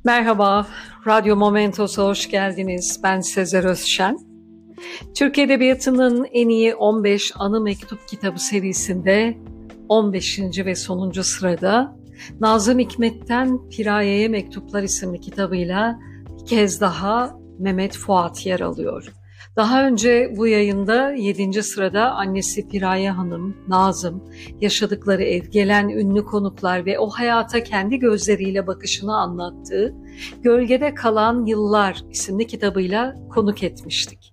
Merhaba, Radyo Momentos'a hoş geldiniz. Ben Sezer Özşen. Türk Edebiyatı'nın en iyi 15 anı mektup kitabı serisinde 15. ve sonuncu sırada Nazım Hikmet'ten Piraye'ye Mektuplar isimli kitabıyla bir kez daha Mehmet Fuat yer alıyor. Daha önce bu yayında 7. sırada annesi Piraye Hanım, Nazım, yaşadıkları ev, gelen ünlü konuklar ve o hayata kendi gözleriyle bakışını anlattığı Gölgede Kalan Yıllar isimli kitabıyla konuk etmiştik.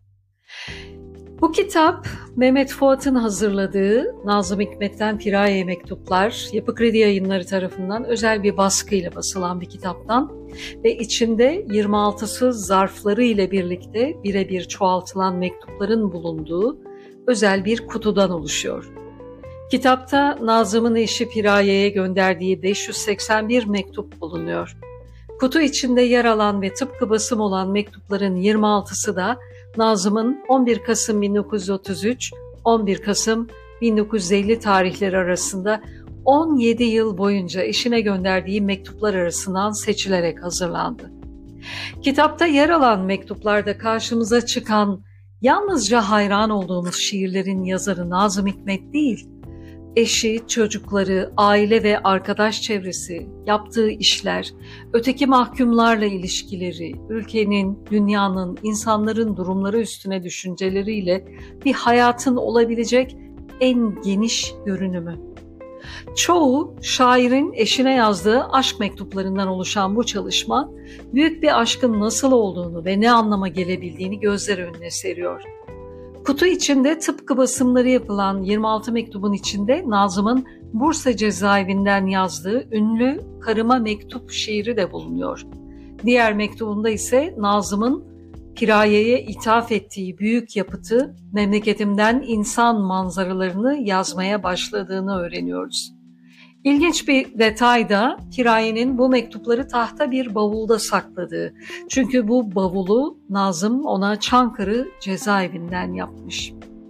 Bu kitap Mehmet Fuat'ın hazırladığı Nazım Hikmet'ten Piraye'ye Mektuplar, Yapı Kredi Yayınları tarafından özel bir baskıyla basılan bir kitaptan ve içinde 26'sı zarfları ile birlikte birebir çoğaltılan mektupların bulunduğu özel bir kutudan oluşuyor. Kitapta Nazım'ın eşi Piraye'ye gönderdiği 581 mektup bulunuyor. Kutu içinde yer alan ve tıpkı basım olan mektupların 26'sı da Nazım'ın 11 Kasım 1933, 11 Kasım 1950 tarihleri arasında 17 yıl boyunca eşine gönderdiği mektuplar arasından seçilerek hazırlandı. Kitapta yer alan mektuplarda karşımıza çıkan yalnızca hayran olduğumuz şiirlerin yazarı Nazım Hikmet değil, eşi, çocukları, aile ve arkadaş çevresi, yaptığı işler, öteki mahkumlarla ilişkileri, ülkenin, dünyanın, insanların durumları üstüne düşünceleriyle bir hayatın olabilecek en geniş görünümü. Çoğu şairin eşine yazdığı aşk mektuplarından oluşan bu çalışma, büyük bir aşkın nasıl olduğunu ve ne anlama gelebildiğini gözler önüne seriyor. Kutu içinde tıpkı basımları yapılan 26 mektubun içinde Nazım'ın Bursa cezaevinden yazdığı ünlü Karıma Mektup şiiri de bulunuyor. Diğer mektubunda ise Nazım'ın Piraye'ye ithaf ettiği büyük yapıtı Memleketimden insan manzaralarını yazmaya başladığını öğreniyoruz. İlginç bir detay da Piraye'nin bu mektupları tahta bir bavulda sakladığı. Çünkü bu bavulu Nazım ona Çankırı cezaevinden yapmış.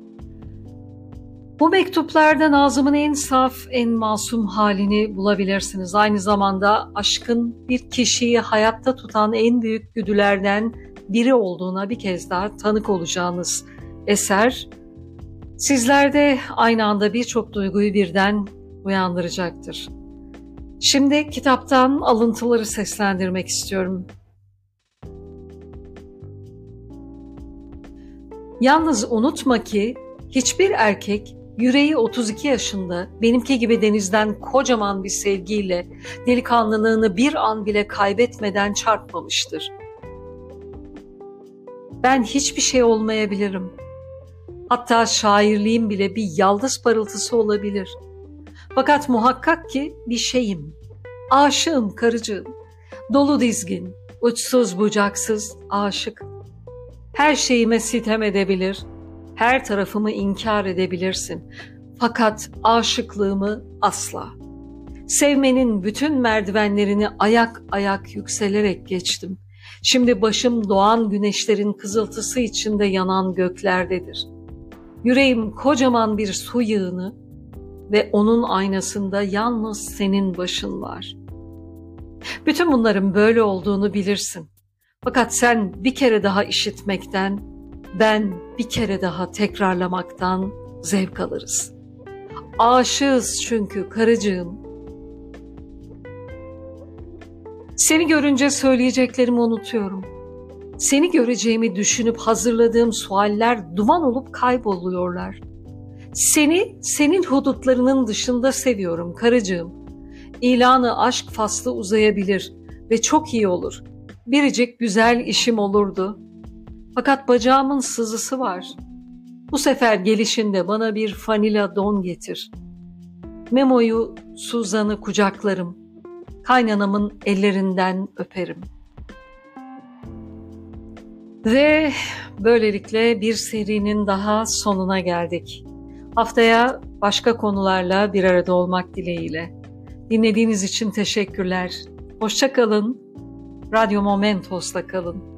Bu mektuplarda Nazım'ın en saf, en masum halini bulabilirsiniz. Aynı zamanda aşkın bir kişiyi hayatta tutan en büyük güdülerden biri olduğuna bir kez daha tanık olacağınız eser, sizlerde aynı anda birçok duyguyu birden uyandıracaktır. Şimdi kitaptan alıntıları seslendirmek istiyorum. Yalnız unutma ki hiçbir erkek yüreği 32 yaşında benimki gibi denizden kocaman bir sevgiyle delikanlılığını bir an bile kaybetmeden çarpmamıştır. Ben hiçbir şey olmayabilirim. Hatta şairliğim bile bir yaldız parıltısı olabilir. Fakat muhakkak ki bir şeyim. Aşığım karıcığım. Dolu dizgin, uçsuz bucaksız aşık. Her şeyime sitem edebilir, her tarafımı inkar edebilirsin. Fakat aşıklığımı asla. Sevmenin bütün merdivenlerini ayak ayak yükselerek geçtim. Şimdi başım doğan güneşlerin kızıltısı içinde yanan göklerdedir. Yüreğim kocaman bir su yığını ve onun aynasında yalnız senin başın var. Bütün bunların böyle olduğunu bilirsin. Fakat sen bir kere daha işitmekten, ben bir kere daha tekrarlamaktan zevk alırız. Aşığız çünkü karıcığım. Seni görünce söyleyeceklerimi unutuyorum. Seni göreceğimi düşünüp hazırladığım sualler duman olup kayboluyorlar. Seni, senin hudutlarının dışında seviyorum karıcığım. İlanı aşk faslı uzayabilir ve çok iyi olur. Biricik güzel işim olurdu. Fakat bacağımın sızısı var. Bu sefer gelişinde bana bir fanila don getir. Memo'yu, Suzan'ı kucaklarım. Kaynanamın ellerinden öperim. Ve böylelikle bir serinin daha sonuna geldik. Haftaya başka konularla bir arada olmak dileğiyle. Dinlediğiniz için teşekkürler. Hoşça kalın. Radyo Momentos'la kalın.